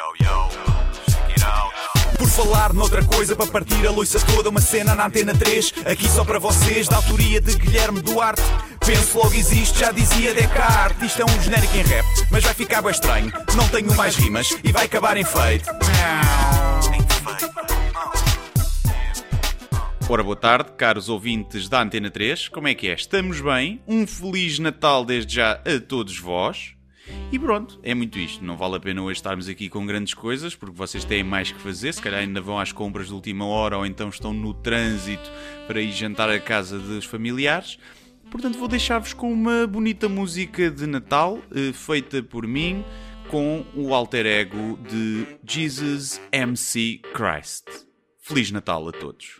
Por falar noutra coisa, para partir a louça toda, uma cena na Antena 3, aqui só para vocês, da autoria de Guilherme Duarte. Penso logo existe, já dizia Descartes. Isto é um genérico em rap, mas vai ficar bem estranho. Não tenho mais rimas e vai acabar em feio. Ora, boa tarde, caros ouvintes da Antena 3. Como é que é? Estamos bem? Um Feliz Natal desde já a todos vós. E pronto, é muito isto. Não vale a pena hoje estarmos aqui com grandes coisas, porque vocês têm mais que fazer. Se calhar ainda vão às compras de última hora ou então estão no trânsito para ir jantar à casa dos familiares. Portanto, vou deixar-vos com uma bonita música de Natal, feita por mim, com o alter ego de Jesus MC Christ. Feliz Natal a todos.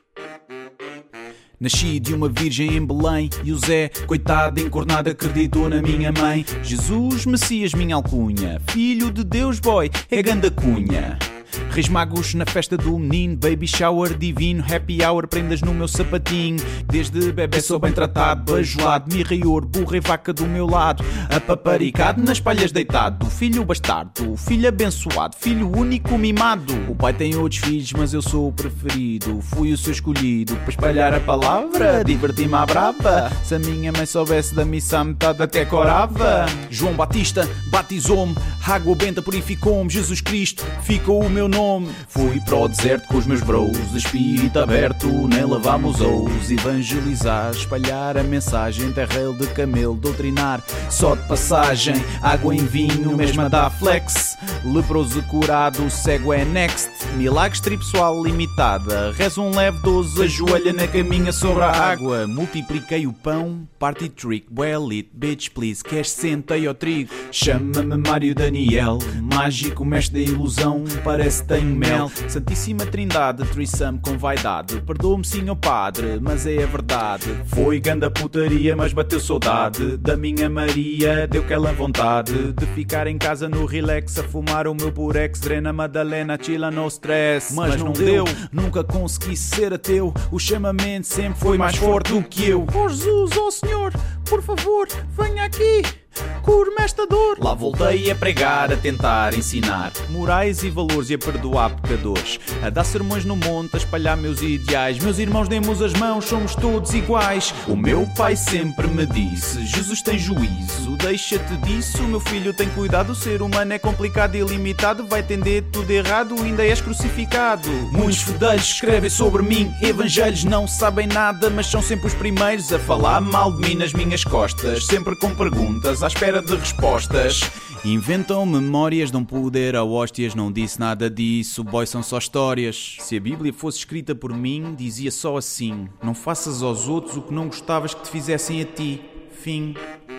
Nasci de uma virgem em Belém e o Zé, coitado encornado, acreditou na minha mãe. Jesus, Messias, minha alcunha, filho de Deus, boy, é ganda cunha. Reis magos na festa do menino, baby shower divino, happy hour, prendas no meu sapatinho. Desde bebê sou bem tratado, bajulado, mirraior, burra e vaca do meu lado. Apaparicado nas palhas deitado, filho bastardo, filho abençoado, filho único mimado. O pai tem outros filhos, mas eu sou o preferido. Fui o seu escolhido para espalhar a palavra, diverti-me à brava. Se a minha mãe soubesse da missa a metade até corava. João Batista batizou-me, água benta purificou-me, Jesus Cristo ficou o meu nome. Fui para o deserto com os meus bros, espírito aberto, nem lavámos os. Evangelizar, espalhar a mensagem, terreiro de camelo, doutrinar, só de passagem. Água em vinho, mesmo dá flex. Leproso curado, cego é next. Milagres tripessoal limitada. Rezo um leve 12, ajoelha na caminha sobre a água. Multipliquei o pão, party trick, well it, bitch please, queres centeio ao trigo? Chama-me Mário Daniel, mágico mestre da ilusão, parece tenho mel. Santíssima Trindade, threesome com vaidade. Perdoa-me senhor padre, mas é a verdade. Foi ganda putaria, mas bateu saudade da minha Maria, deu aquela vontade de ficar em casa no relax, a fumar o meu burex, drena Madalena, chila no stress. Mas não deu, nunca consegui ser ateu. O chamamento sempre foi mais forte do que eu. Oh Jesus, oh Senhor, por favor, venha aqui, cure-me esta dor. Lá voltei a pregar, a tentar ensinar morais e valores e a perdoar pecadores, a dar sermões no monte, a espalhar meus ideais. Meus irmãos, demos as mãos, somos todos iguais. O meu pai sempre me disse, Jesus tem juízo, deixa-te disso. Meu filho tem cuidado, o ser humano é complicado e ilimitado, vai tender tudo errado, ainda és crucificado. Muitos fedelhos escrevem sobre mim evangelhos, não sabem nada, mas são sempre os primeiros a falar mal de mim nas minhas costas, sempre com perguntas à espera de respostas. Inventam memórias, dão poder a hóstias, não disse nada disso, boy, são só histórias. Se a Bíblia fosse escrita por mim, dizia só assim: não faças aos outros o que não gostavas que te fizessem a ti. Fim.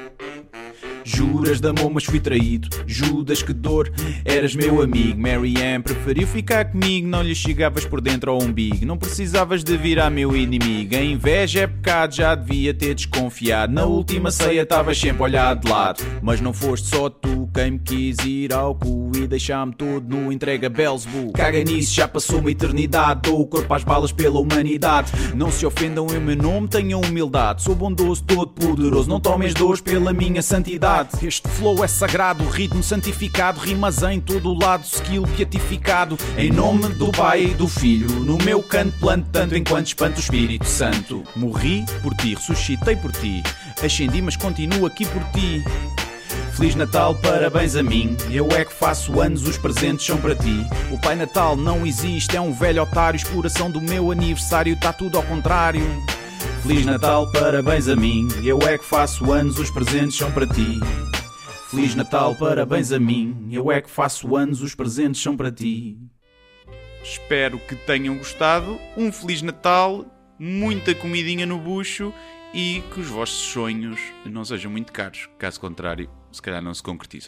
Juras de amor, mas fui traído. Judas, que dor, eras meu amigo. Mary Ann preferiu ficar comigo. Não lhe chegavas por dentro ao umbigo. Não precisavas de virar meu inimigo. A inveja é pecado, já devia ter desconfiado. Na última ceia estavas sempre a olhar de lado. Mas não foste só tu quem me quis ir ao cu e deixar-me todo nu, entrega Belzebu. Caga nisso, já passou uma eternidade. Dou o corpo às balas pela humanidade. Não se ofendam em meu nome, tenham humildade. Sou bondoso, todo poderoso, não tomem as dores pela minha santidade. Este flow é sagrado, ritmo santificado, rimas em todo o lado, skill beatificado. Em nome do Pai e do Filho, no meu canto planto tanto enquanto espanto o Espírito Santo. Morri por ti, ressuscitei por ti, ascendi mas continuo aqui por ti. Feliz Natal, parabéns a mim, eu é que faço anos, os presentes são para ti. O Pai Natal não existe, é um velho otário, exploração do meu aniversário, tá tudo ao contrário. Feliz Natal, parabéns a mim, eu é que faço anos, os presentes são para ti. Feliz Natal, parabéns a mim, eu é que faço anos, os presentes são para ti. Espero que tenham gostado. Um Feliz Natal, muita comidinha no bucho e que os vossos sonhos não sejam muito caros. Caso contrário, se calhar não se concretizam.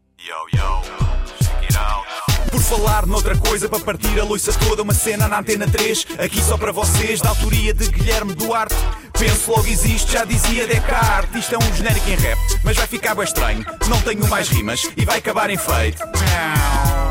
Por falar noutra coisa, para partir a louça toda, uma cena na Antena 3, aqui só para vocês, da autoria de Guilherme Duarte. Penso logo existe, já dizia Descartes. Isto é um genérico em rap, mas vai ficar bem estranho. Não tenho mais rimas e vai acabar em feio.